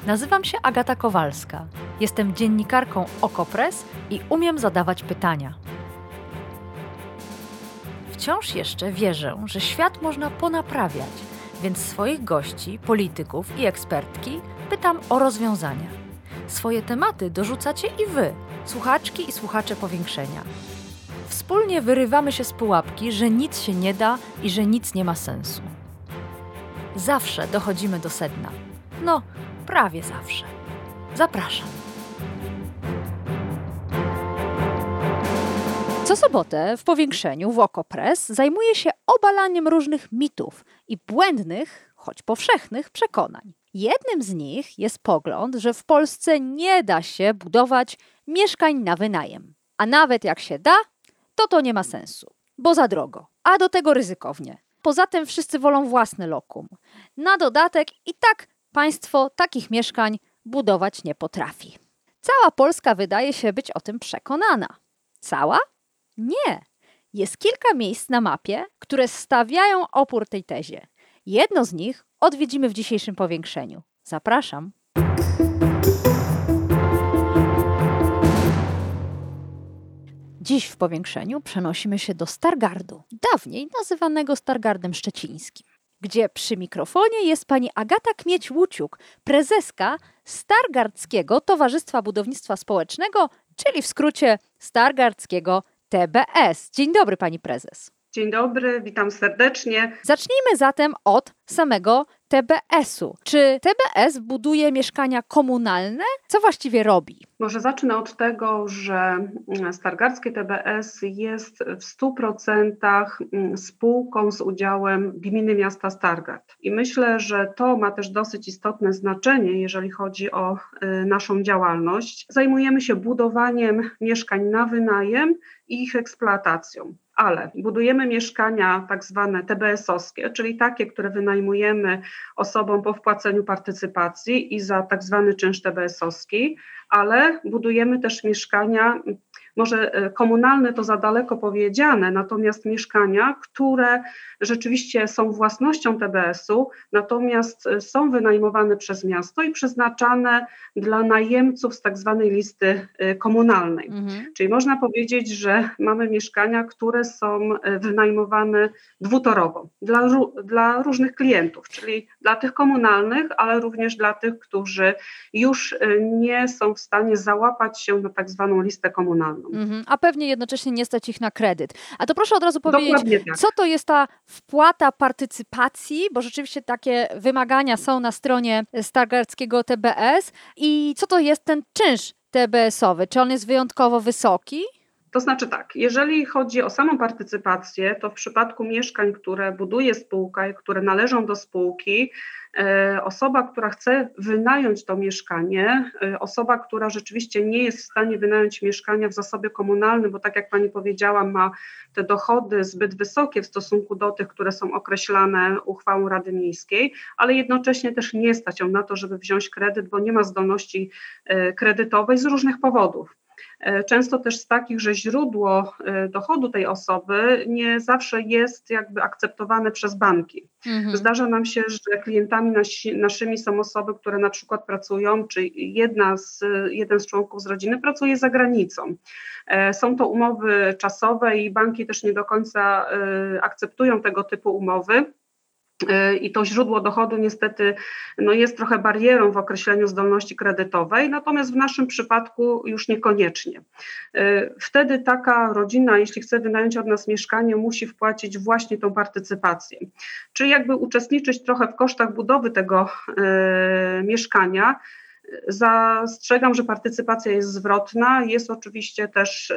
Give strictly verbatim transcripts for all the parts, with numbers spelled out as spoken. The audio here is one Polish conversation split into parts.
Nazywam się Agata Kowalska. Jestem dziennikarką Okopres i umiem zadawać pytania. Wciąż jeszcze wierzę, że świat można ponaprawiać, więc swoich gości, polityków i ekspertki pytam o rozwiązania. Swoje tematy dorzucacie i wy, słuchaczki i słuchacze Powiększenia. Wspólnie wyrywamy się z pułapki, że nic się nie da i że nic nie ma sensu. Zawsze dochodzimy do sedna. No, prawie zawsze. Zapraszam. Co sobotę w Powiększeniu w Okopres zajmuję się obalaniem różnych mitów i błędnych, choć powszechnych, przekonań. Jednym z nich jest pogląd, że w Polsce nie da się budować mieszkań na wynajem. A nawet jak się da, to to nie ma sensu, bo za drogo, a do tego ryzykownie. Poza tym wszyscy wolą własne lokum. Na dodatek i tak państwo takich mieszkań budować nie potrafi. Cała Polska wydaje się być o tym przekonana. Cała? Nie. Jest kilka miejsc na mapie, które stawiają opór tej tezie. Jedno z nich odwiedzimy w dzisiejszym Powiększeniu. Zapraszam. Dziś w Powiększeniu przenosimy się do Stargardu, dawniej nazywanego Stargardem Szczecińskim, gdzie przy mikrofonie jest pani Agata Kmieć-Łuciuk, prezeska Stargardzkiego Towarzystwa Budownictwa Społecznego, czyli w skrócie Stargardzkiego T B S. Dzień dobry, pani prezes. Dzień dobry, witam serdecznie. Zacznijmy zatem od samego T B S-u. Czy T B S buduje mieszkania komunalne? Co właściwie robi? Może zacznę od tego, że Stargardzkie T B S jest w stu procentach spółką z udziałem Gminy Miasta Stargard. I myślę, że to ma też dosyć istotne znaczenie, jeżeli chodzi o naszą działalność. Zajmujemy się budowaniem mieszkań na wynajem i ich eksploatacją. Ale budujemy mieszkania tak zwane T B S-owskie, czyli takie, które wynajmujemy osobom po wpłaceniu partycypacji i za tak zwany czynsz T B S-owski, ale budujemy też mieszkania, może komunalne to za daleko powiedziane, natomiast mieszkania, które rzeczywiście są własnością T B S-u, natomiast są wynajmowane przez miasto i przeznaczane dla najemców z tak zwanej listy komunalnej. Mhm. Czyli można powiedzieć, że mamy mieszkania, które są wynajmowane dwutorowo dla, dla różnych klientów, czyli dla tych komunalnych, ale również dla tych, którzy już nie są w stanie załapać się na tak zwaną listę komunalną. Mhm. A pewnie jednocześnie nie stać ich na kredyt. A to proszę od razu powiedzieć, tak. Co to jest ta wpłata partycypacji, bo rzeczywiście takie wymagania są na stronie Stargardzkiego T B S i co to jest ten czynsz T B S-owy? Czy on jest wyjątkowo wysoki? To znaczy tak, jeżeli chodzi o samą partycypację, to w przypadku mieszkań, które buduje spółka i które należą do spółki, e, osoba, która chce wynająć to mieszkanie, e, osoba, która rzeczywiście nie jest w stanie wynająć mieszkania w zasobie komunalnym, bo tak jak pani powiedziała, ma te dochody zbyt wysokie w stosunku do tych, które są określane uchwałą Rady Miejskiej, ale jednocześnie też nie stać ją na to, żeby wziąć kredyt, bo nie ma zdolności e, kredytowej z różnych powodów. Często też z takich, że źródło dochodu tej osoby nie zawsze jest jakby akceptowane przez banki. Mhm. Zdarza nam się, że klientami nasi, naszymi są osoby, które na przykład pracują, czy jedna z, jeden z członków z rodziny pracuje za granicą. Są to umowy czasowe i banki też nie do końca akceptują tego typu umowy. I to źródło dochodu niestety no jest trochę barierą w określeniu zdolności kredytowej, natomiast w naszym przypadku już niekoniecznie. Wtedy taka rodzina, jeśli chce wynająć od nas mieszkanie, musi wpłacić właśnie tą partycypację, czyli jakby uczestniczyć trochę w kosztach budowy tego e, mieszkania. Zastrzegam, że partycypacja jest zwrotna, jest oczywiście też,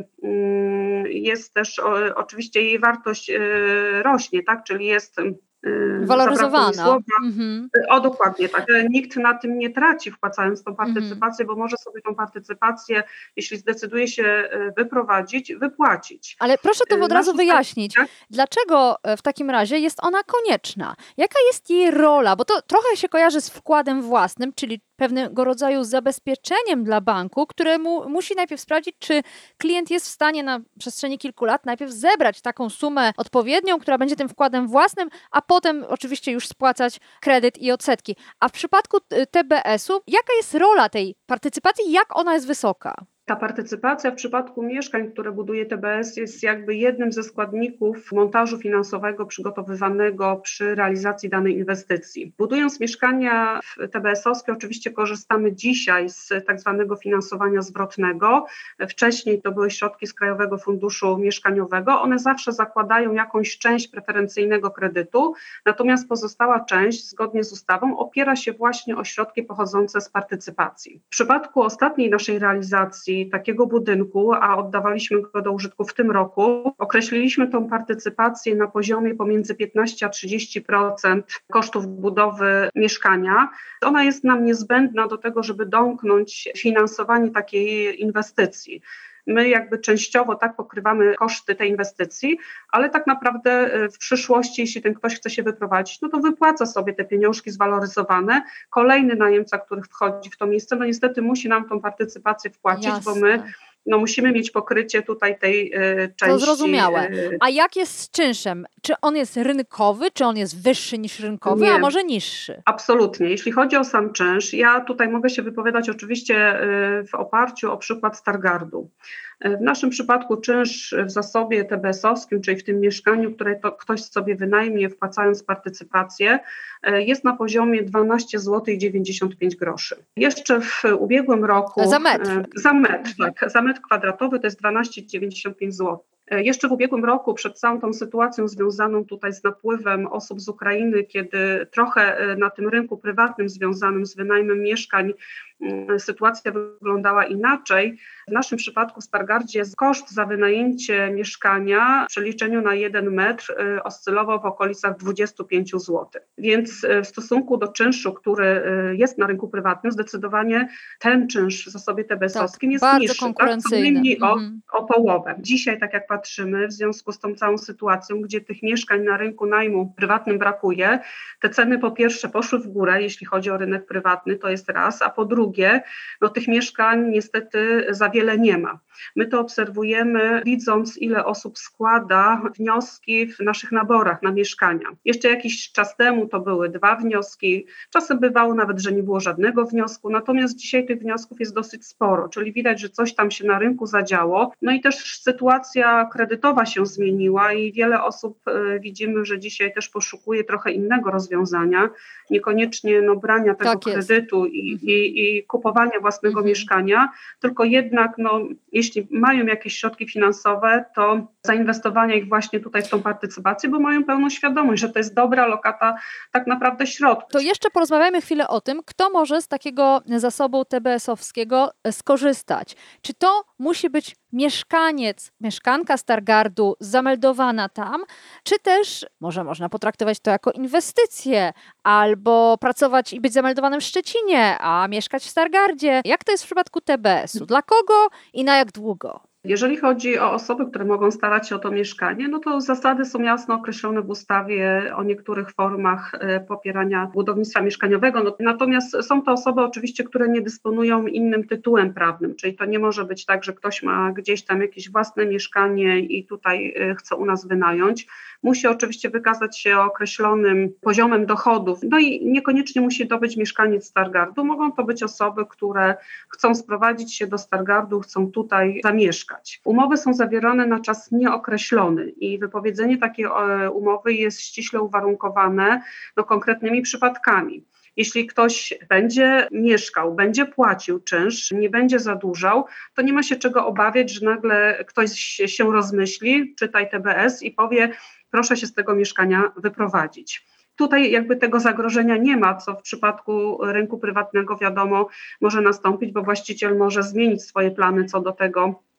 jest też oczywiście jej wartość rośnie, tak, czyli jest waloryzowana. Mhm. O, dokładnie tak. Nikt na tym nie traci, wpłacając tą partycypację, mhm. bo może sobie tą partycypację, jeśli zdecyduje się wyprowadzić, wypłacić. Ale proszę to od razu wyjaśnić. Tak? Dlaczego w takim razie jest ona konieczna? Jaka jest jej rola? Bo to trochę się kojarzy z wkładem własnym, czyli pewnego rodzaju zabezpieczeniem dla banku, któremu musi najpierw sprawdzić, czy klient jest w stanie na przestrzeni kilku lat najpierw zebrać taką sumę odpowiednią, która będzie tym wkładem własnym, a potem oczywiście już spłacać kredyt i odsetki. A w przypadku T B S-u, jaka jest rola tej partycypacji, jak ona jest wysoka? Ta partycypacja w przypadku mieszkań, które buduje T B S, jest jakby jednym ze składników montażu finansowego przygotowywanego przy realizacji danej inwestycji. Budując mieszkania T B S-owskie, oczywiście korzystamy dzisiaj z tak zwanego finansowania zwrotnego. Wcześniej to były środki z Krajowego Funduszu Mieszkaniowego. One zawsze zakładają jakąś część preferencyjnego kredytu, natomiast pozostała część, zgodnie z ustawą, opiera się właśnie o środki pochodzące z partycypacji. W przypadku ostatniej naszej realizacji takiego budynku, a oddawaliśmy go do użytku w tym roku, określiliśmy tą partycypację na poziomie pomiędzy piętnaście a trzydzieści procent kosztów budowy mieszkania. Ona jest nam niezbędna do tego, żeby domknąć finansowanie takiej inwestycji. My jakby częściowo tak pokrywamy koszty tej inwestycji, ale tak naprawdę w przyszłości, jeśli ten ktoś chce się wyprowadzić, no to wypłaca sobie te pieniążki zwaloryzowane. Kolejny najemca, który wchodzi w to miejsce, no niestety musi nam tą partycypację wpłacić, Jasne. bo my no musimy mieć pokrycie tutaj tej y, części. To zrozumiałe. A jak jest z czynszem? Czy on jest rynkowy, czy on jest wyższy niż rynkowy, Nie. a może niższy? Absolutnie. Jeśli chodzi o sam czynsz, ja tutaj mogę się wypowiadać oczywiście y, w oparciu o przykład Stargardu. W naszym przypadku czynsz w zasobie T B S-owskim, czyli w tym mieszkaniu, które to ktoś sobie wynajmie, wpłacając partycypację, jest na poziomie dwanaście złotych dziewięćdziesiąt pięć groszy. Jeszcze w ubiegłym roku... Za metr. Za metr, tak. Za metr kwadratowy to jest dwanaście złotych dziewięćdziesiąt pięć złotych. Jeszcze w ubiegłym roku, przed całą tą sytuacją związaną tutaj z napływem osób z Ukrainy, kiedy trochę na tym rynku prywatnym związanym z wynajmem mieszkań sytuacja wyglądała inaczej. W naszym przypadku w Stargardzie koszt za wynajęcie mieszkania w przeliczeniu na jeden metr oscylował w okolicach dwadzieścia pięć złotych. Więc w stosunku do czynszu, który jest na rynku prywatnym, zdecydowanie ten czynsz w zasobie T B S-owskim tak, jest bardzo niższy. konkurencyjny. Tak, co najmniej o, mhm. o połowę. Dzisiaj, tak jak patrzymy, w związku z tą całą sytuacją, gdzie tych mieszkań na rynku najmu prywatnym brakuje, te ceny po pierwsze poszły w górę, jeśli chodzi o rynek prywatny, to jest raz, a po drugie, no tych mieszkań niestety za wiele nie ma. My to obserwujemy, widząc, ile osób składa wnioski w naszych naborach na mieszkania. Jeszcze jakiś czas temu to były dwa wnioski, czasem bywało nawet, że nie było żadnego wniosku, natomiast dzisiaj tych wniosków jest dosyć sporo, czyli widać, że coś tam się na rynku zadziało. No i też sytuacja kredytowa się zmieniła i wiele osób y, widzimy, że dzisiaj też poszukuje trochę innego rozwiązania, niekoniecznie no, brania tego tak kredytu i, i, i kupowania własnego mhm. mieszkania, tylko jednak no, jeśli mają jakieś środki finansowe, to zainwestowania ich właśnie tutaj w tą partycypację, bo mają pełną świadomość, że to jest dobra lokata tak naprawdę środków. To jeszcze porozmawiajmy chwilę o tym, kto może z takiego zasobu T B S-owskiego skorzystać. Czy to musi być mieszkaniec, mieszkanka Stargardu zameldowana tam, czy też może można potraktować to jako inwestycję, albo pracować i być zameldowanym w Szczecinie, a mieszkać w Stargardzie. Jak to jest w przypadku T B S-u? Dla kogo i na jak długo? Jeżeli chodzi o osoby, które mogą starać się o to mieszkanie, no to zasady są jasno określone w ustawie o niektórych formach popierania budownictwa mieszkaniowego. No, natomiast są to osoby oczywiście, które nie dysponują innym tytułem prawnym, czyli to nie może być tak, że ktoś ma gdzieś tam jakieś własne mieszkanie i tutaj chce u nas wynająć. Musi oczywiście wykazać się określonym poziomem dochodów, no i niekoniecznie musi to być mieszkaniec Stargardu. Mogą to być osoby, które chcą sprowadzić się do Stargardu, chcą tutaj zamieszkać. Umowy są zawierane na czas nieokreślony i wypowiedzenie takiej umowy jest ściśle uwarunkowane no, konkretnymi przypadkami. Jeśli ktoś będzie mieszkał, będzie płacił czynsz, nie będzie zadłużał, to nie ma się czego obawiać, że nagle ktoś się rozmyśli, czytaj T B S i powie, proszę się z tego mieszkania wyprowadzić. Tutaj jakby tego zagrożenia nie ma, co w przypadku rynku prywatnego wiadomo może nastąpić, bo właściciel może zmienić swoje plany co do tego,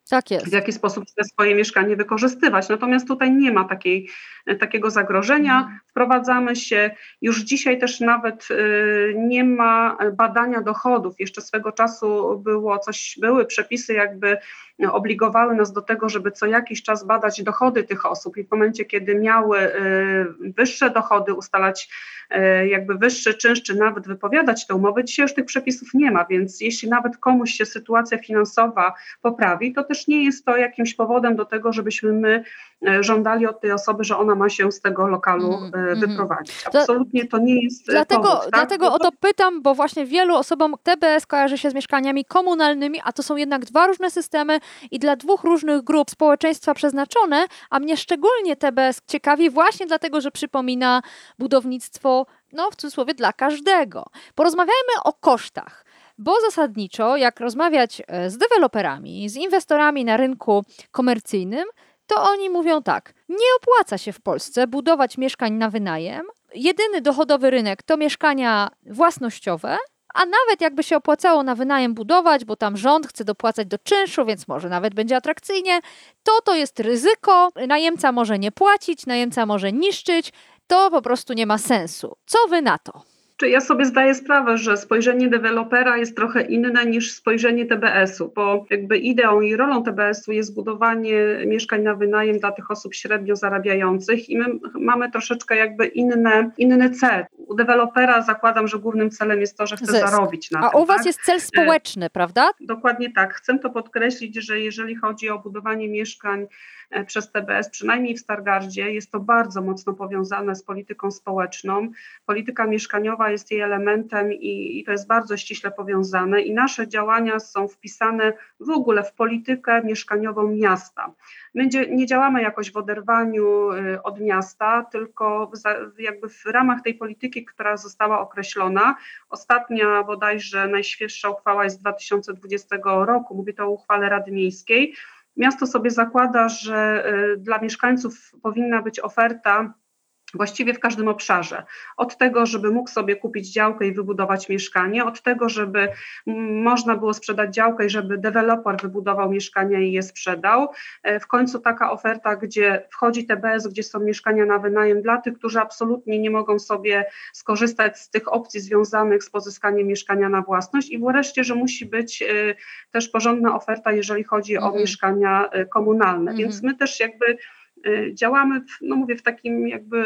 Tak jest. w jaki sposób chce swoje mieszkanie wykorzystywać. Natomiast tutaj nie ma takiej, takiego zagrożenia. Mhm. Wprowadzamy się, już dzisiaj też nawet y, nie ma badania dochodów. Jeszcze swego czasu było coś, były przepisy jakby obligowały nas do tego, żeby co jakiś czas badać dochody tych osób i w momencie, kiedy miały y, wyższe dochody, ustalać y, jakby wyższy czynsz, czy nawet wypowiadać te umowy. Dzisiaj już tych przepisów nie ma, więc jeśli nawet komuś się sytuacja finansowa poprawi, to też nie jest to jakimś powodem do tego, żebyśmy my żądali od tej osoby, że ona ma się z tego lokalu mm, wyprowadzić. Absolutnie to nie jest dlatego, powód. Tak? Dlatego o to pytam, bo właśnie wielu osobom T B S kojarzy się z mieszkaniami komunalnymi, a to są jednak dwa różne systemy i dla dwóch różnych grup społeczeństwa przeznaczone, a mnie szczególnie T B S ciekawi właśnie dlatego, że przypomina budownictwo, no w cudzysłowie, dla każdego. Porozmawiajmy o kosztach. Bo zasadniczo, jak rozmawiać z deweloperami, z inwestorami na rynku komercyjnym, to oni mówią tak, nie opłaca się w Polsce budować mieszkań na wynajem. Jedyny dochodowy rynek to mieszkania własnościowe, a nawet jakby się opłacało na wynajem budować, bo tam rząd chce dopłacać do czynszu, więc może nawet będzie atrakcyjnie, to to jest ryzyko, najemca może nie płacić, najemca może niszczyć, to po prostu nie ma sensu. Co wy na to? Czy ja sobie zdaję sprawę, że spojrzenie dewelopera jest trochę inne niż spojrzenie T B S-u, bo jakby ideą i rolą T B S-u jest budowanie mieszkań na wynajem dla tych osób średnio zarabiających i my mamy troszeczkę jakby inne, inny cel. U dewelopera zakładam, że głównym celem jest to, że chce Zysk. zarobić na A tym. u was tak? jest cel społeczny, prawda? Dokładnie tak. Chcę to podkreślić, że jeżeli chodzi o budowanie mieszkań przez T B S, przynajmniej w Stargardzie, jest to bardzo mocno powiązane z polityką społeczną. Polityka mieszkaniowa jest jej elementem i, i to jest bardzo ściśle powiązane i nasze działania są wpisane w ogóle w politykę mieszkaniową miasta. My nie działamy jakoś w oderwaniu od miasta, tylko w, jakby w ramach tej polityki, która została określona. Ostatnia bodajże najświeższa uchwała jest z dwa tysiące dwudziestego roku, mówię to o uchwale Rady Miejskiej. Miasto sobie zakłada, że dla mieszkańców powinna być oferta właściwie w każdym obszarze. Od tego, żeby mógł sobie kupić działkę i wybudować mieszkanie, od tego, żeby można było sprzedać działkę i żeby deweloper wybudował mieszkania i je sprzedał. W końcu taka oferta, gdzie wchodzi T B S, gdzie są mieszkania na wynajem dla tych, którzy absolutnie nie mogą sobie skorzystać z tych opcji związanych z pozyskaniem mieszkania na własność i wreszcie, że musi być też porządna oferta, jeżeli chodzi mhm. o mieszkania komunalne. Mhm. Więc my też jakby działamy, w, no mówię, w takim jakby,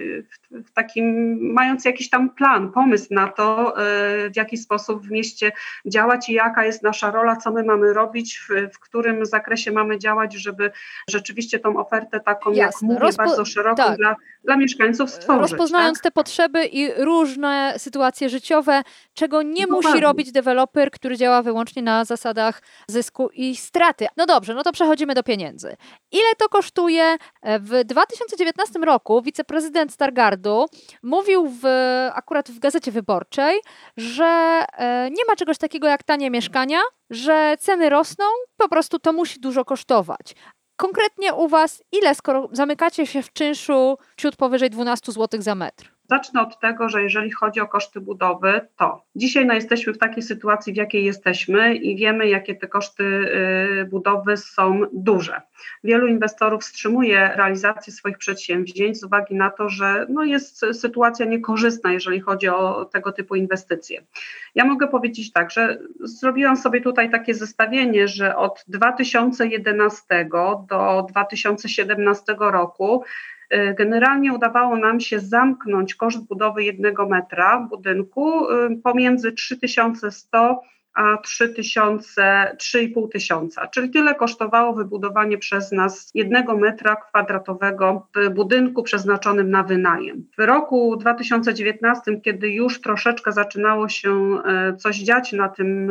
w takim, mając jakiś tam plan, pomysł na to, w jaki sposób w mieście działać i jaka jest nasza rola, co my mamy robić, w, w którym zakresie mamy działać, żeby rzeczywiście tą ofertę taką, Jasne. jak mówię, Rozpo- bardzo szeroką tak. dla, dla mieszkańców stworzyć. Rozpoznając tak? te potrzeby i różne sytuacje życiowe, czego nie Dokładnie. musi robić deweloper, który działa wyłącznie na zasadach zysku i straty. No dobrze, no to przechodzimy do pieniędzy. Ile to kosztuje? W dwa tysiące dziewiętnastym roku wiceprezydent Stargardu mówił w, akurat w Gazecie Wyborczej, że nie ma czegoś takiego jak tanie mieszkania, że ceny rosną, po prostu to musi dużo kosztować. Konkretnie u was ile, skoro zamykacie się w czynszu ciut powyżej dwanaście złotych za metr? Zacznę od tego, że jeżeli chodzi o koszty budowy, to dzisiaj no, jesteśmy w takiej sytuacji, w jakiej jesteśmy i wiemy, jakie te koszty y, budowy są duże. Wielu inwestorów wstrzymuje realizację swoich przedsięwzięć z uwagi na to, że no, jest sytuacja niekorzystna, jeżeli chodzi o tego typu inwestycje. Ja mogę powiedzieć tak, że zrobiłam sobie tutaj takie zestawienie, że od dwa tysiące jedenastego do dwa tysiące siedemnastego roku generalnie udawało nam się zamknąć koszt budowy jednego metra budynku pomiędzy trzy tysiące sto a trzy tysiące, trzy i pół tysiąca, czyli tyle kosztowało wybudowanie przez nas jednego metra kwadratowego w budynku przeznaczonym na wynajem. W roku dwa tysiące dziewiętnastym, kiedy już troszeczkę zaczynało się coś dziać na tym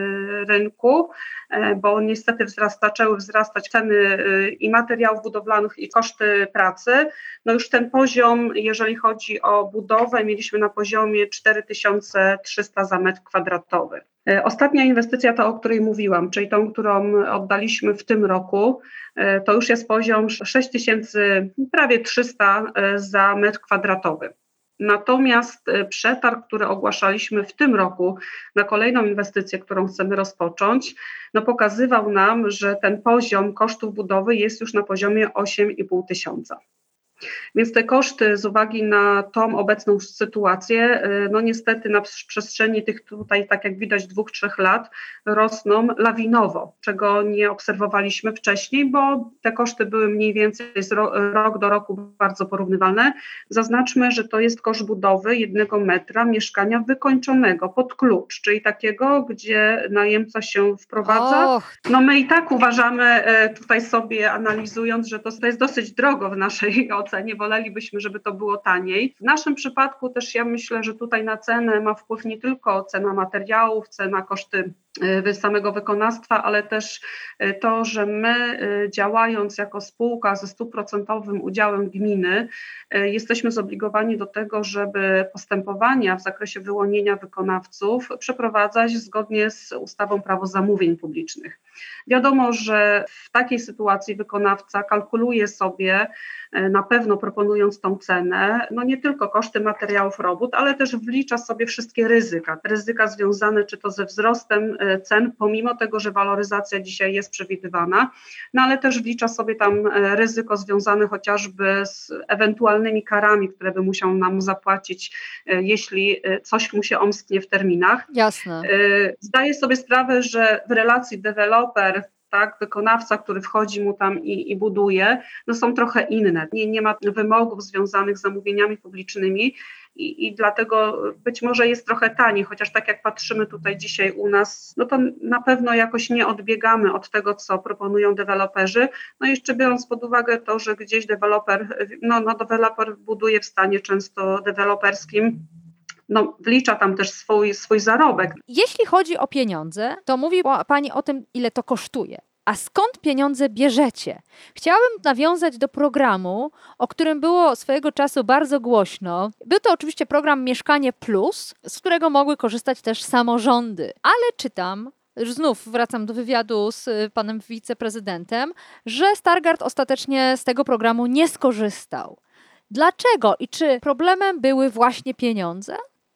rynku, bo niestety wzrasta, zaczęły wzrastać ceny i materiałów budowlanych i koszty pracy, no już ten poziom, jeżeli chodzi o budowę, mieliśmy na poziomie cztery tysiące trzysta za metr kwadratowy. Ostatnia inwestycja, ta o której mówiłam, czyli tą, którą oddaliśmy w tym roku, to już jest poziom sześć tysięcy prawie trzysta za metr kwadratowy. Natomiast przetarg, który ogłaszaliśmy w tym roku na kolejną inwestycję, którą chcemy rozpocząć, no pokazywał nam, że ten poziom kosztów budowy jest już na poziomie osiem i pół tysiąca. Więc te koszty z uwagi na tą obecną sytuację, no niestety na przestrzeni tych tutaj, tak jak widać, dwóch, trzech lat rosną lawinowo, czego nie obserwowaliśmy wcześniej, bo te koszty były mniej więcej z ro, rok do roku bardzo porównywalne. Zaznaczmy, że to jest koszt budowy jednego metra mieszkania wykończonego pod klucz, czyli takiego, gdzie najemca się wprowadza. Och. No my i tak uważamy tutaj sobie, analizując, że to jest dosyć drogo w naszej ocenie. Nie wolelibyśmy, żeby to było taniej. W naszym przypadku też ja myślę, że tutaj na cenę ma wpływ nie tylko cena materiałów, cena koszty samego wykonawstwa, ale też to, że my działając jako spółka ze stuprocentowym udziałem gminy jesteśmy zobligowani do tego, żeby postępowania w zakresie wyłonienia wykonawców przeprowadzać zgodnie z ustawą Prawo zamówień publicznych. Wiadomo, że w takiej sytuacji wykonawca kalkuluje sobie, na pewno proponując tą cenę, no nie tylko koszty materiałów robót, ale też wlicza sobie wszystkie ryzyka. Ryzyka związane czy to ze wzrostem cen, pomimo tego, że waloryzacja dzisiaj jest przewidywana, no ale też wlicza sobie tam ryzyko związane chociażby z ewentualnymi karami, które by musiał nam zapłacić, jeśli coś mu się omsknie w terminach. Jasne. Zdaję sobie sprawę, że w relacji deweloper, tak, wykonawca, który wchodzi mu tam i, i buduje, no są trochę inne. Nie, nie ma wymogów związanych z zamówieniami publicznymi i, i dlatego być może jest trochę taniej, chociaż tak jak patrzymy tutaj dzisiaj u nas, no to na pewno jakoś nie odbiegamy od tego, co proponują deweloperzy. No i jeszcze biorąc pod uwagę to, że gdzieś deweloper, no, no deweloper buduje w stanie często deweloperskim, no, wlicza tam też swój, swój zarobek. Jeśli chodzi o pieniądze, to mówi Pani o tym, ile to kosztuje. A skąd pieniądze bierzecie? Chciałabym nawiązać do programu, o którym było swojego czasu bardzo głośno. Był to oczywiście program Mieszkanie Plus, z którego mogły korzystać też samorządy. Ale czytam, już znów wracam do wywiadu z panem wiceprezydentem, że Stargard ostatecznie z tego programu nie skorzystał. Dlaczego i czy problemem były właśnie pieniądze?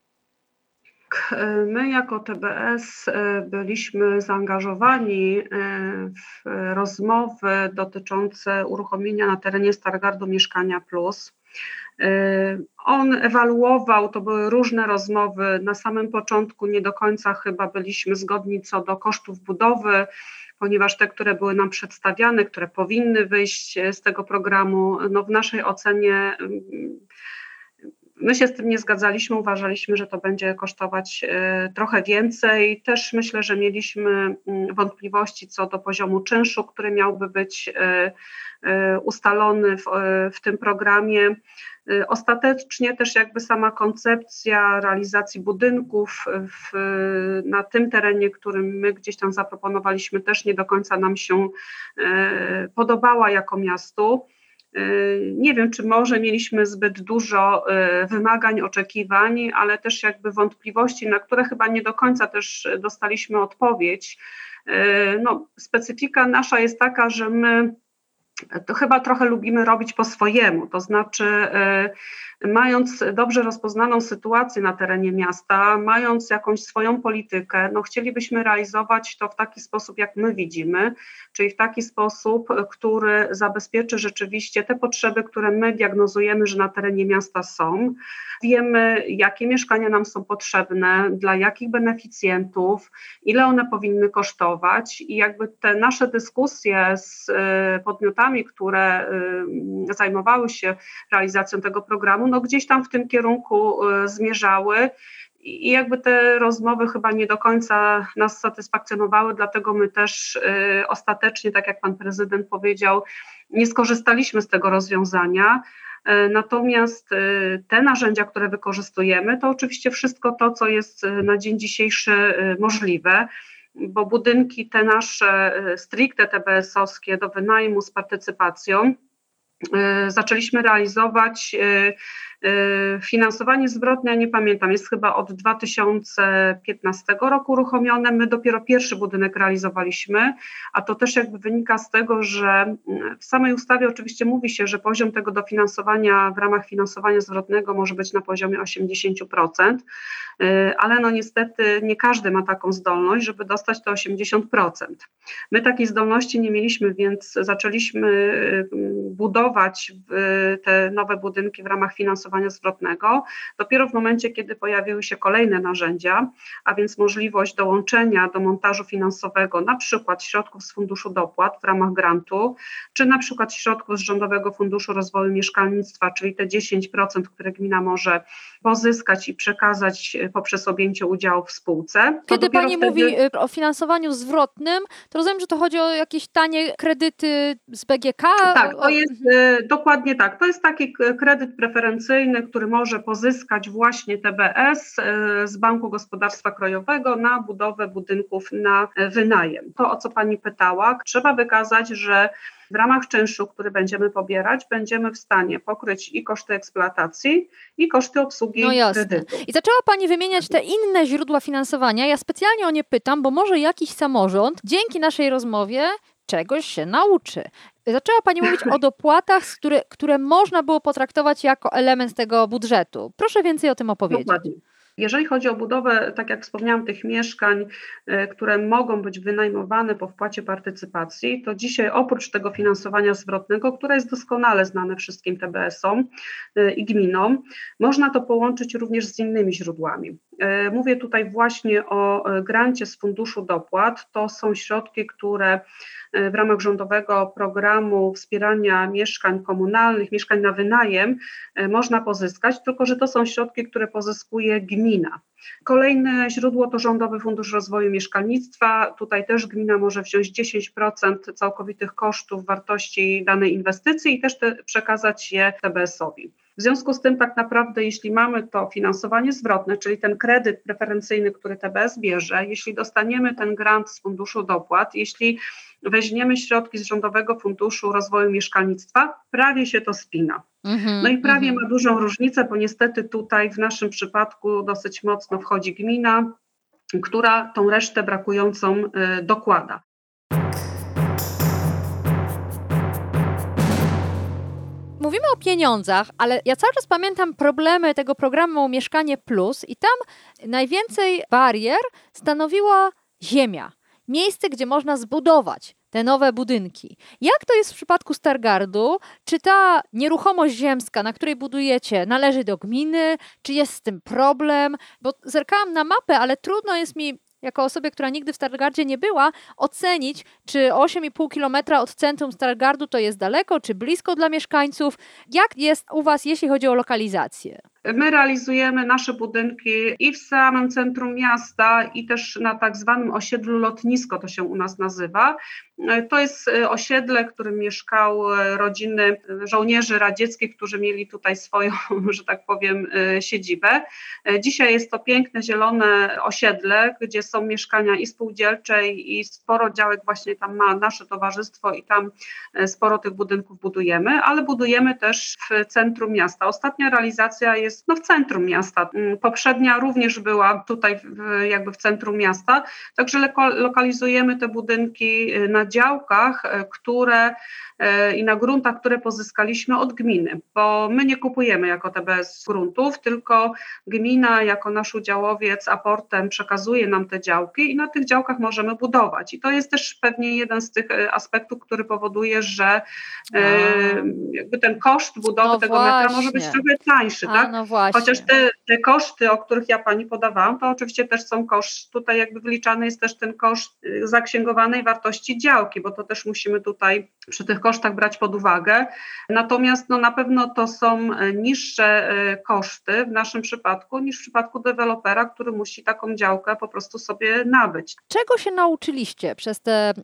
My jako T B S byliśmy zaangażowani w rozmowy dotyczące uruchomienia na terenie Stargardu Mieszkania Plus. On ewaluował, to były różne rozmowy, na samym początku nie do końca chyba byliśmy zgodni co do kosztów budowy, ponieważ te, które były nam przedstawiane, które powinny wyjść z tego programu, no w naszej ocenie my się z tym nie zgadzaliśmy, uważaliśmy, że to będzie kosztować y, trochę więcej. Też myślę, że mieliśmy y, wątpliwości co do poziomu czynszu, który miałby być y, y, ustalony w, y, w tym programie. Y, ostatecznie też jakby sama koncepcja realizacji budynków w, na tym terenie, którym my gdzieś tam zaproponowaliśmy, też nie do końca nam się y, podobała jako miastu. Nie wiem, czy może mieliśmy zbyt dużo wymagań, oczekiwań, ale też jakby wątpliwości, na które chyba nie do końca też dostaliśmy odpowiedź. No, specyfika nasza jest taka, że my to chyba trochę lubimy robić po swojemu, to znaczy mając dobrze rozpoznaną sytuację na terenie miasta, mając jakąś swoją politykę, no chcielibyśmy realizować to w taki sposób, jak my widzimy, czyli w taki sposób, który zabezpieczy rzeczywiście te potrzeby, które my diagnozujemy, że na terenie miasta są. Wiemy, jakie mieszkania nam są potrzebne, dla jakich beneficjentów, ile one powinny kosztować i jakby te nasze dyskusje z podmiotami, które zajmowały się realizacją tego programu, no gdzieś tam w tym kierunku zmierzały i jakby te rozmowy chyba nie do końca nas satysfakcjonowały, dlatego my też ostatecznie, tak jak pan prezydent powiedział, nie skorzystaliśmy z tego rozwiązania. Natomiast te narzędzia, które wykorzystujemy, to oczywiście wszystko to, co jest na dzień dzisiejszy możliwe, bo budynki te nasze stricte T B S-owskie do wynajmu z partycypacją, zaczęliśmy realizować finansowanie zwrotne, ja nie pamiętam, jest chyba od dwa tysiące piętnastego roku uruchomione. My dopiero pierwszy budynek realizowaliśmy, a to też jakby wynika z tego, że w samej ustawie oczywiście mówi się, że poziom tego dofinansowania w ramach finansowania zwrotnego może być na poziomie osiemdziesiąt procent, ale no niestety nie każdy ma taką zdolność, żeby dostać to osiemdziesiąt procent. My takiej zdolności nie mieliśmy, więc zaczęliśmy budować te nowe budynki w ramach finansowania zwrotnego dopiero w momencie, kiedy pojawiły się kolejne narzędzia, a więc możliwość dołączenia do montażu finansowego na przykład środków z Funduszu Dopłat w ramach grantu, czy na przykład środków z Rządowego Funduszu Rozwoju Mieszkalnictwa, czyli te dziesięć procent, które gmina może pozyskać i przekazać poprzez objęcie udziału w spółce. Kiedy Pani wtedy... mówi o finansowaniu zwrotnym, to rozumiem, że to chodzi o jakieś tanie kredyty z B G K? Tak, to jest mhm. dokładnie tak. To jest taki kredyt preferencyjny, który może pozyskać właśnie T B S z Banku Gospodarstwa Krajowego na budowę budynków na wynajem. To, o co Pani pytała, trzeba wykazać, że w ramach czynszu, który będziemy pobierać, będziemy w stanie pokryć i koszty eksploatacji, i koszty obsługi no jasne. kredytu. I zaczęła Pani wymieniać te inne źródła finansowania. Ja specjalnie o nie pytam, bo może jakiś samorząd dzięki naszej rozmowie czegoś się nauczy. Zaczęła Pani mówić o dopłatach, które, które można było potraktować jako element tego budżetu. Proszę więcej o tym opowiedzieć. Dokładnie. Jeżeli chodzi o budowę, tak jak wspomniałam, tych mieszkań, które mogą być wynajmowane po wpłacie partycypacji, to dzisiaj oprócz tego finansowania zwrotnego, które jest doskonale znane wszystkim T B S-om i gminom, można to połączyć również z innymi źródłami. Mówię tutaj właśnie o grancie z Funduszu Dopłat. To są środki, które w ramach rządowego programu wspierania mieszkań komunalnych, mieszkań na wynajem można pozyskać, tylko że to są środki, które pozyskuje gmina. Kolejne źródło to Rządowy Fundusz Rozwoju Mieszkalnictwa. Tutaj też gmina może wziąć dziesięć procent całkowitych kosztów wartości danej inwestycji i też te, przekazać je T B S-owi. W związku z tym tak naprawdę, jeśli mamy to finansowanie zwrotne, czyli ten kredyt preferencyjny, który T B S bierze, jeśli dostaniemy ten grant z Funduszu Dopłat, jeśli weźmiemy środki z Rządowego Funduszu Rozwoju Mieszkalnictwa, prawie się to spina. Mm-hmm, no i prawie mm-hmm. ma dużą różnicę, bo niestety tutaj w naszym przypadku dosyć mocno wchodzi gmina, która tą resztę brakującą y, dokłada. Mówimy o pieniądzach, ale ja cały czas pamiętam problemy tego programu Mieszkanie Plus i tam najwięcej barier stanowiła ziemia. Miejsce, gdzie można zbudować te nowe budynki. Jak to jest w przypadku Stargardu? Czy ta nieruchomość ziemska, na której budujecie, należy do gminy? Czy jest z tym problem? Bo zerkałam na mapę, ale trudno jest mi, jako osobie, która nigdy w Stargardzie nie była, ocenić, czy osiem i pół kilometra od centrum Stargardu to jest daleko, czy blisko dla mieszkańców. Jak jest u Was, jeśli chodzi o lokalizację? My realizujemy nasze budynki i w samym centrum miasta, i też na tak zwanym osiedlu Lotnisko, to się u nas nazywa. To jest osiedle, w którym mieszkały rodziny żołnierzy radzieckich, którzy mieli tutaj swoją, że tak powiem, siedzibę. Dzisiaj jest to piękne, zielone osiedle, gdzie są mieszkania i spółdzielcze, i sporo działek właśnie tam ma nasze towarzystwo i tam sporo tych budynków budujemy, ale budujemy też w centrum miasta. Ostatnia realizacja jest no, w centrum miasta. Poprzednia również była tutaj w, jakby w centrum miasta, także leko, lokalizujemy te budynki na działkach, które i na gruntach, które pozyskaliśmy od gminy, bo my nie kupujemy jako T B S gruntów, tylko gmina jako nasz udziałowiec aportem przekazuje nam te działki i na tych działkach możemy budować. I to jest też pewnie jeden z tych aspektów, który powoduje, że e, jakby ten koszt budowy no tego właśnie. metra może być trochę tańszy, A, tak? No właśnie. Chociaż te, te koszty, o których ja Pani podawałam, to oczywiście też są koszt, tutaj jakby wliczany jest też ten koszt zaksięgowanej wartości działki, bo to też musimy tutaj przy tych kosztach brać pod uwagę. Natomiast no, na pewno to są niższe koszty w naszym przypadku niż w przypadku dewelopera, który musi taką działkę po prostu sobie nabyć. Czego się nauczyliście przez te e,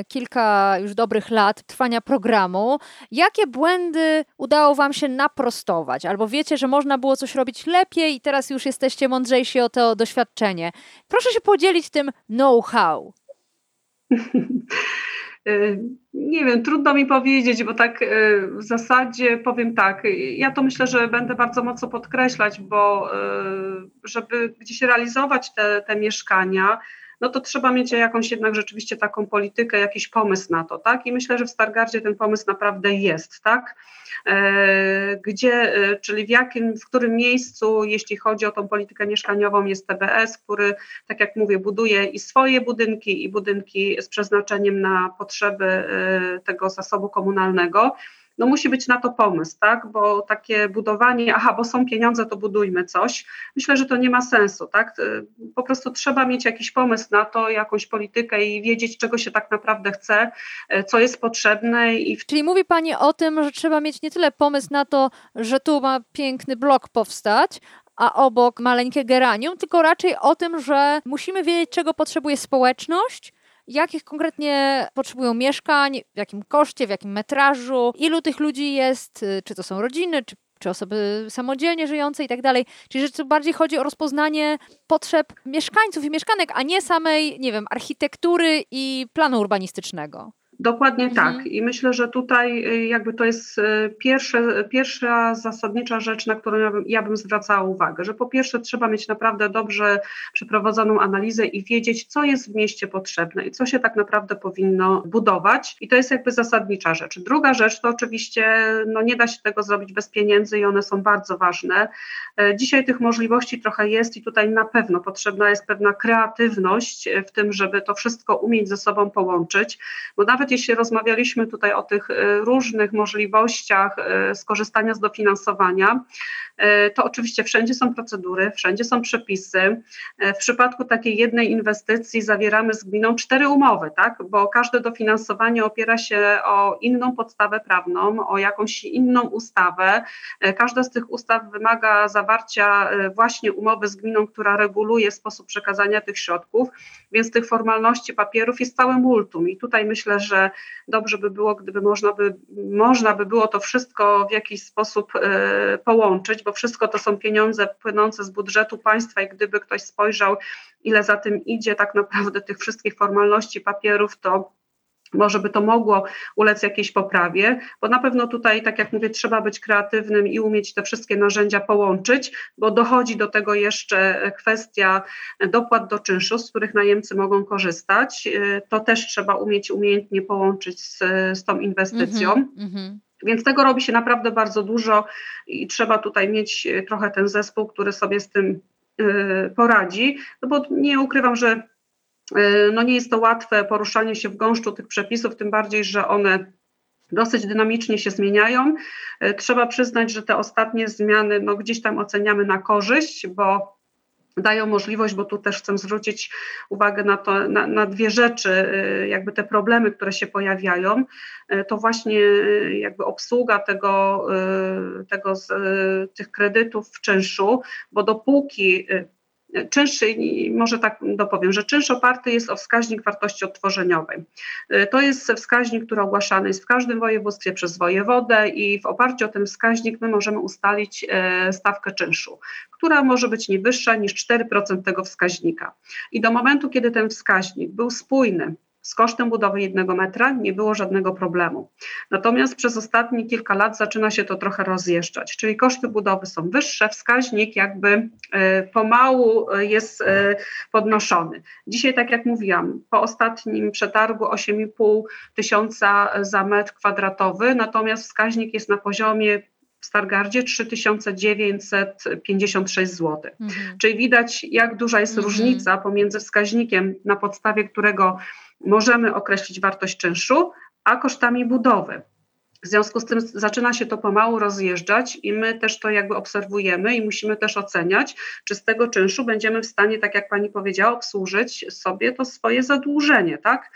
kilka już dobrych lat trwania programu? Jakie błędy udało Wam się naprostować? Albo wiecie, że można było coś robić lepiej i teraz już jesteście mądrzejsi o to doświadczenie. Proszę się podzielić tym know-how. Nie wiem, trudno mi powiedzieć, bo tak w zasadzie powiem tak, ja to myślę, że będę bardzo mocno podkreślać, bo żeby gdzieś realizować te, te mieszkania, no to trzeba mieć jakąś jednak rzeczywiście taką politykę, jakiś pomysł na to, tak? I myślę, że w Stargardzie ten pomysł naprawdę jest, tak? Gdzie, czyli w jakim, w którym miejscu, jeśli chodzi o tą politykę mieszkaniową, jest T B S, który, tak jak mówię, buduje i swoje budynki, i budynki z przeznaczeniem na potrzeby tego zasobu komunalnego. No musi być na to pomysł, tak? Bo takie budowanie, aha, bo są pieniądze, to budujmy coś. Myślę, że to nie ma sensu, tak? Po prostu trzeba mieć jakiś pomysł na to, jakąś politykę i wiedzieć, czego się tak naprawdę chce, co jest potrzebne. I... Czyli mówi Pani o tym, że trzeba mieć nie tyle pomysł na to, że tu ma piękny blok powstać, a obok maleńkie geranium, tylko raczej o tym, że musimy wiedzieć, czego potrzebuje społeczność, jakich konkretnie potrzebują mieszkań, w jakim koszcie, w jakim metrażu, ilu tych ludzi jest, czy to są rodziny, czy, czy osoby samodzielnie żyjące i tak dalej. Czyli że to bardziej chodzi o rozpoznanie potrzeb mieszkańców i mieszkanek, a nie samej, nie wiem, architektury i planu urbanistycznego. Dokładnie mhm. tak. I myślę, że tutaj jakby to jest pierwsze, pierwsza zasadnicza rzecz, na którą ja bym, ja bym zwracała uwagę, że po pierwsze trzeba mieć naprawdę dobrze przeprowadzoną analizę i wiedzieć, co jest w mieście potrzebne i co się tak naprawdę powinno budować. I to jest jakby zasadnicza rzecz. Druga rzecz to oczywiście no nie da się tego zrobić bez pieniędzy i one są bardzo ważne. Dzisiaj tych możliwości trochę jest i tutaj na pewno potrzebna jest pewna kreatywność w tym, żeby to wszystko umieć ze sobą połączyć, bo nawet jeśli rozmawialiśmy tutaj o tych różnych możliwościach skorzystania z dofinansowania, to oczywiście wszędzie są procedury, wszędzie są przepisy. W przypadku takiej jednej inwestycji zawieramy z gminą cztery umowy, tak? Bo każde dofinansowanie opiera się o inną podstawę prawną, o jakąś inną ustawę. Każda z tych ustaw wymaga zawarcia właśnie umowy z gminą, która reguluje sposób przekazania tych środków, więc tych formalności, papierów jest całe multum i tutaj myślę, że dobrze by było, gdyby można by, można by było to wszystko w jakiś sposób y, połączyć, bo wszystko to są pieniądze płynące z budżetu państwa i gdyby ktoś spojrzał, ile za tym idzie tak naprawdę tych wszystkich formalności, papierów, to może by to mogło ulec jakiejś poprawie, bo na pewno tutaj, tak jak mówię, trzeba być kreatywnym i umieć te wszystkie narzędzia połączyć, bo dochodzi do tego jeszcze kwestia dopłat do czynszu, z których najemcy mogą korzystać. To też trzeba umieć umiejętnie połączyć z, z tą inwestycją. Mm-hmm. Więc tego robi się naprawdę bardzo dużo i trzeba tutaj mieć trochę ten zespół, który sobie z tym y, poradzi, no bo nie ukrywam, że no nie jest to łatwe poruszanie się w gąszczu tych przepisów, tym bardziej, że one dosyć dynamicznie się zmieniają. Trzeba przyznać, że te ostatnie zmiany no gdzieś tam oceniamy na korzyść, bo dają możliwość, bo tu też chcę zwrócić uwagę na, to, na, na dwie rzeczy, jakby te problemy, które się pojawiają, to właśnie jakby obsługa tego, tego z, tych kredytów w czynszu, bo dopóki czynsz, może tak dopowiem, że czynsz oparty jest o wskaźnik wartości odtworzeniowej. To jest wskaźnik, który ogłaszany jest w każdym województwie przez wojewodę i w oparciu o ten wskaźnik my możemy ustalić stawkę czynszu, która może być nie wyższa niż cztery procent tego wskaźnika. I do momentu, kiedy ten wskaźnik był spójny z kosztem budowy jednego metra, nie było żadnego problemu. Natomiast przez ostatnie kilka lat zaczyna się to trochę rozjeżdżać, czyli koszty budowy są wyższe, wskaźnik jakby y, pomału jest y, podnoszony. Dzisiaj, tak jak mówiłam, po ostatnim przetargu osiem i pół tysiąca za metr kwadratowy, natomiast wskaźnik jest na poziomie w Stargardzie trzy tysiące dziewięćset pięćdziesiąt sześć złotych. Mhm. Czyli widać, jak duża jest mhm. różnica pomiędzy wskaźnikiem, na podstawie którego możemy określić wartość czynszu, a kosztami budowy. W związku z tym zaczyna się to pomału rozjeżdżać i my też to jakby obserwujemy i musimy też oceniać, czy z tego czynszu będziemy w stanie, tak jak pani powiedziała, obsłużyć sobie to swoje zadłużenie, tak?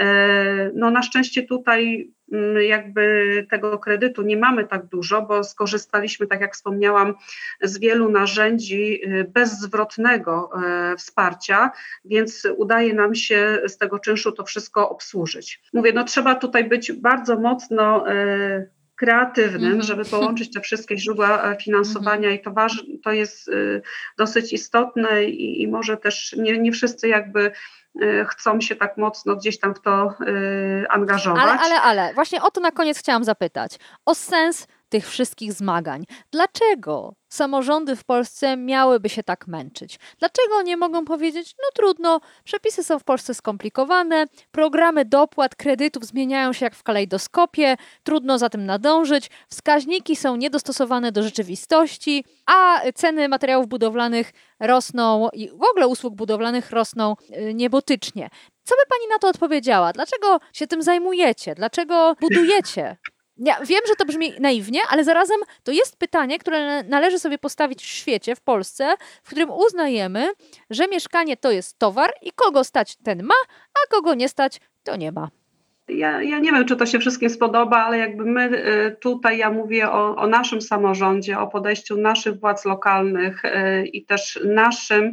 No na szczęście tutaj jakby tego kredytu nie mamy tak dużo, bo skorzystaliśmy, tak jak wspomniałam, z wielu narzędzi bezzwrotnego wsparcia, więc udaje nam się z tego czynszu to wszystko obsłużyć. Mówię, no trzeba tutaj być bardzo mocno kreatywnym, Mhm. żeby połączyć te wszystkie źródła finansowania i to, waż, to jest y, dosyć istotne i, i może też nie, nie wszyscy jakby y, chcą się tak mocno gdzieś tam w to y, angażować. Ale, ale, ale, właśnie o to na koniec chciałam zapytać. O sens tych wszystkich zmagań. Dlaczego samorządy w Polsce miałyby się tak męczyć? Dlaczego nie mogą powiedzieć, no trudno, przepisy są w Polsce skomplikowane, programy dopłat, kredytów zmieniają się jak w kalejdoskopie, trudno za tym nadążyć, wskaźniki są niedostosowane do rzeczywistości, a ceny materiałów budowlanych rosną i w ogóle usług budowlanych rosną niebotycznie. Co by pani na to odpowiedziała? Dlaczego się tym zajmujecie? Dlaczego budujecie? Ja wiem, że to brzmi naiwnie, ale zarazem to jest pytanie, które należy sobie postawić w świecie, w Polsce, w którym uznajemy, że mieszkanie to jest towar i kogo stać, ten ma, a kogo nie stać, to nie ma. Ja, ja nie wiem, czy to się wszystkim spodoba, ale jakby my tutaj, ja mówię o, o naszym samorządzie, o podejściu naszych władz lokalnych i też naszym,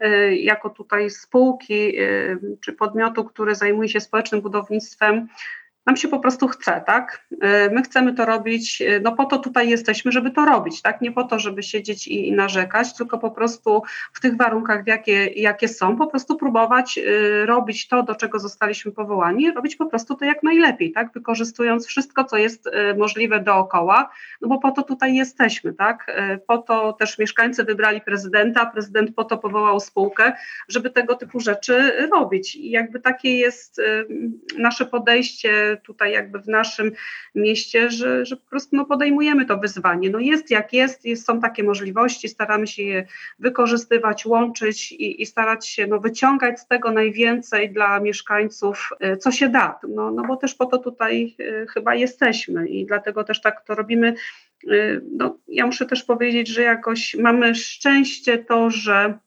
jako tutaj spółki czy podmiotu, który zajmuje się społecznym budownictwem. Nam się po prostu chce, tak? My chcemy to robić, no po to tutaj jesteśmy, żeby to robić, tak? Nie po to, żeby siedzieć i, i narzekać, tylko po prostu w tych warunkach, w jakie, jakie są, po prostu próbować y, robić to, do czego zostaliśmy powołani, robić po prostu to jak najlepiej, tak? Wykorzystując wszystko, co jest y, możliwe dookoła, no bo po to tutaj jesteśmy, tak? Y, po to też mieszkańcy wybrali prezydenta, prezydent po to powołał spółkę, żeby tego typu rzeczy robić. I jakby takie jest y, nasze podejście tutaj jakby w naszym mieście, że, że po prostu no podejmujemy to wyzwanie. No jest jak jest, jest, są takie możliwości, staramy się je wykorzystywać, łączyć i, i starać się no wyciągać z tego najwięcej dla mieszkańców, co się da. No, no bo też po to tutaj chyba jesteśmy i dlatego też tak to robimy. No, ja muszę też powiedzieć, że jakoś mamy szczęście to, że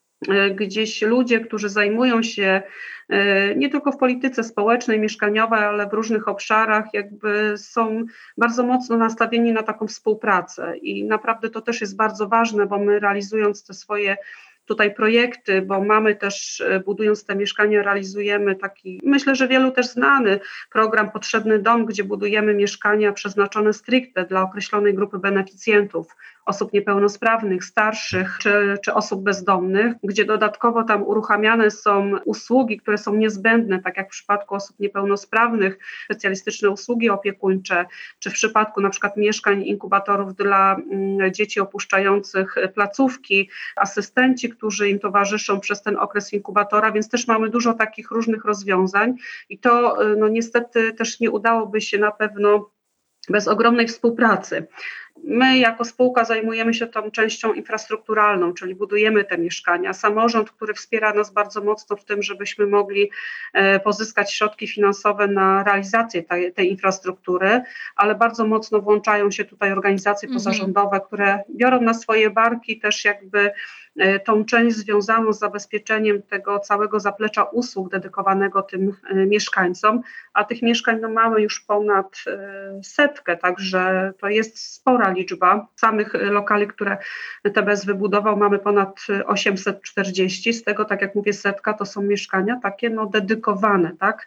gdzieś ludzie, którzy zajmują się nie tylko w polityce społecznej, mieszkaniowej, ale w różnych obszarach, jakby są bardzo mocno nastawieni na taką współpracę i naprawdę to też jest bardzo ważne, bo my realizując te swoje tutaj projekty, bo mamy też, budując te mieszkania, realizujemy taki, myślę, że wielu też znany program Potrzebny Dom, gdzie budujemy mieszkania przeznaczone stricte dla określonej grupy beneficjentów, osób niepełnosprawnych, starszych czy, czy osób bezdomnych, gdzie dodatkowo tam uruchamiane są usługi, które są niezbędne, tak jak w przypadku osób niepełnosprawnych, specjalistyczne usługi opiekuńcze, czy w przypadku na przykład mieszkań inkubatorów dla mm, dzieci opuszczających placówki, asystenci, którzy im towarzyszą przez ten okres inkubatora, więc też mamy dużo takich różnych rozwiązań i to no niestety też nie udałoby się na pewno bez ogromnej współpracy. My jako spółka zajmujemy się tą częścią infrastrukturalną, czyli budujemy te mieszkania. Samorząd, który wspiera nas bardzo mocno w tym, żebyśmy mogli pozyskać środki finansowe na realizację tej, tej infrastruktury, ale bardzo mocno włączają się tutaj organizacje mhm. pozarządowe, które biorą na swoje barki też jakby tą część związaną z zabezpieczeniem tego całego zaplecza usług dedykowanego tym mieszkańcom, a tych mieszkań no mamy już ponad setkę, także to jest spora liczba. Samych lokali, które T B S wybudował, mamy ponad osiemset czterdzieści, z tego, tak jak mówię, setka to są mieszkania takie no dedykowane, tak,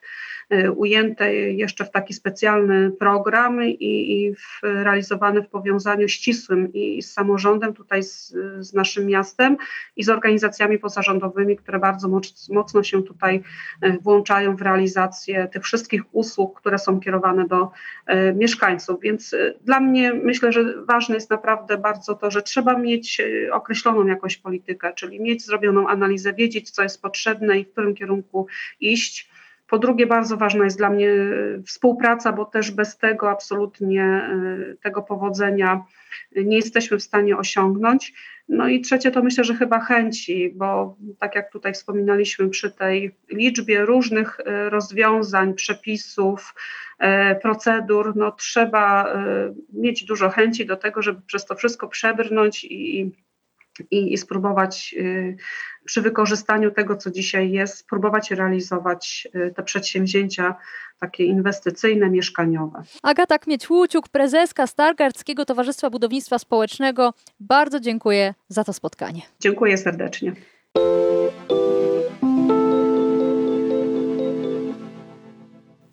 ujęte jeszcze w taki specjalny program i, i w, realizowane w powiązaniu ścisłym i, i z samorządem tutaj z, z naszym miastem i z organizacjami pozarządowymi, które bardzo moc, mocno się tutaj włączają w realizację tych wszystkich usług, które są kierowane do e, mieszkańców. Więc e, dla mnie myślę, że ważne jest naprawdę bardzo to, że trzeba mieć e, określoną jakąś politykę, czyli mieć zrobioną analizę, wiedzieć, co jest potrzebne i w którym kierunku iść. Po drugie, bardzo ważna jest dla mnie współpraca, bo też bez tego absolutnie tego powodzenia nie jesteśmy w stanie osiągnąć. No i trzecie to myślę, że chyba chęci, bo tak jak tutaj wspominaliśmy przy tej liczbie różnych rozwiązań, przepisów, procedur, no trzeba mieć dużo chęci do tego, żeby przez to wszystko przebrnąć i I, i spróbować y, przy wykorzystaniu tego, co dzisiaj jest, spróbować realizować y, te przedsięwzięcia takie inwestycyjne, mieszkaniowe. Agata Kmieć-Łuciuk, prezeska Stargardzkiego Towarzystwa Budownictwa Społecznego. Bardzo dziękuję za to spotkanie. Dziękuję serdecznie. A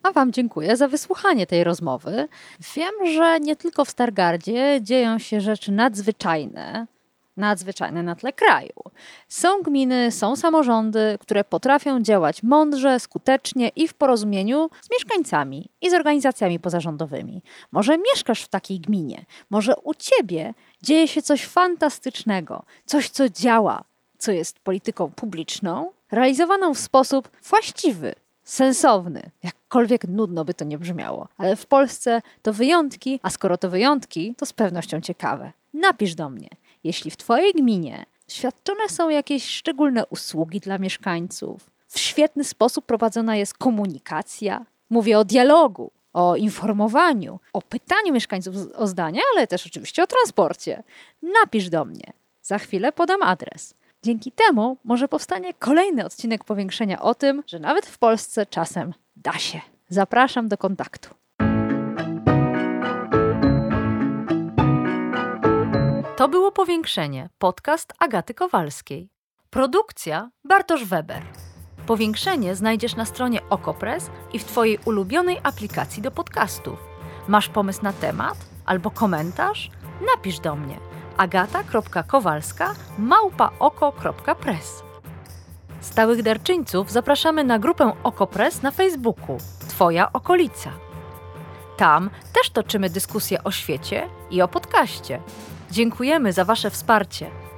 A Wam dziękuję za wysłuchanie tej rozmowy. Wiem, że nie tylko w Stargardzie dzieją się rzeczy nadzwyczajne, nadzwyczajne na tle kraju. Są gminy, są samorządy, które potrafią działać mądrze, skutecznie i w porozumieniu z mieszkańcami i z organizacjami pozarządowymi. Może mieszkasz w takiej gminie, może u Ciebie dzieje się coś fantastycznego, coś, co działa, co jest polityką publiczną, realizowaną w sposób właściwy, sensowny, jakkolwiek nudno by to nie brzmiało. Ale w Polsce to wyjątki, a skoro to wyjątki, to z pewnością ciekawe. Napisz do mnie, jeśli w Twojej gminie świadczone są jakieś szczególne usługi dla mieszkańców, w świetny sposób prowadzona jest komunikacja, mówię o dialogu, o informowaniu, o pytaniu mieszkańców o zdanie, ale też oczywiście o transporcie. Napisz do mnie. Za chwilę podam adres. Dzięki temu może powstanie kolejny odcinek Powiększenia o tym, że nawet w Polsce czasem da się. Zapraszam do kontaktu. To było Powiększenie, podcast Agaty Kowalskiej. Produkcja Bartosz Weber. Powiększenie znajdziesz na stronie Okopres i w Twojej ulubionej aplikacji do podcastów. Masz pomysł na temat albo komentarz? Napisz do mnie agata kropka kowalska małpa oko kropka press. Stałych darczyńców zapraszamy na grupę Okopres na Facebooku Twoja okolica. Tam też toczymy dyskusje o świecie i o podcaście. Dziękujemy za Wasze wsparcie.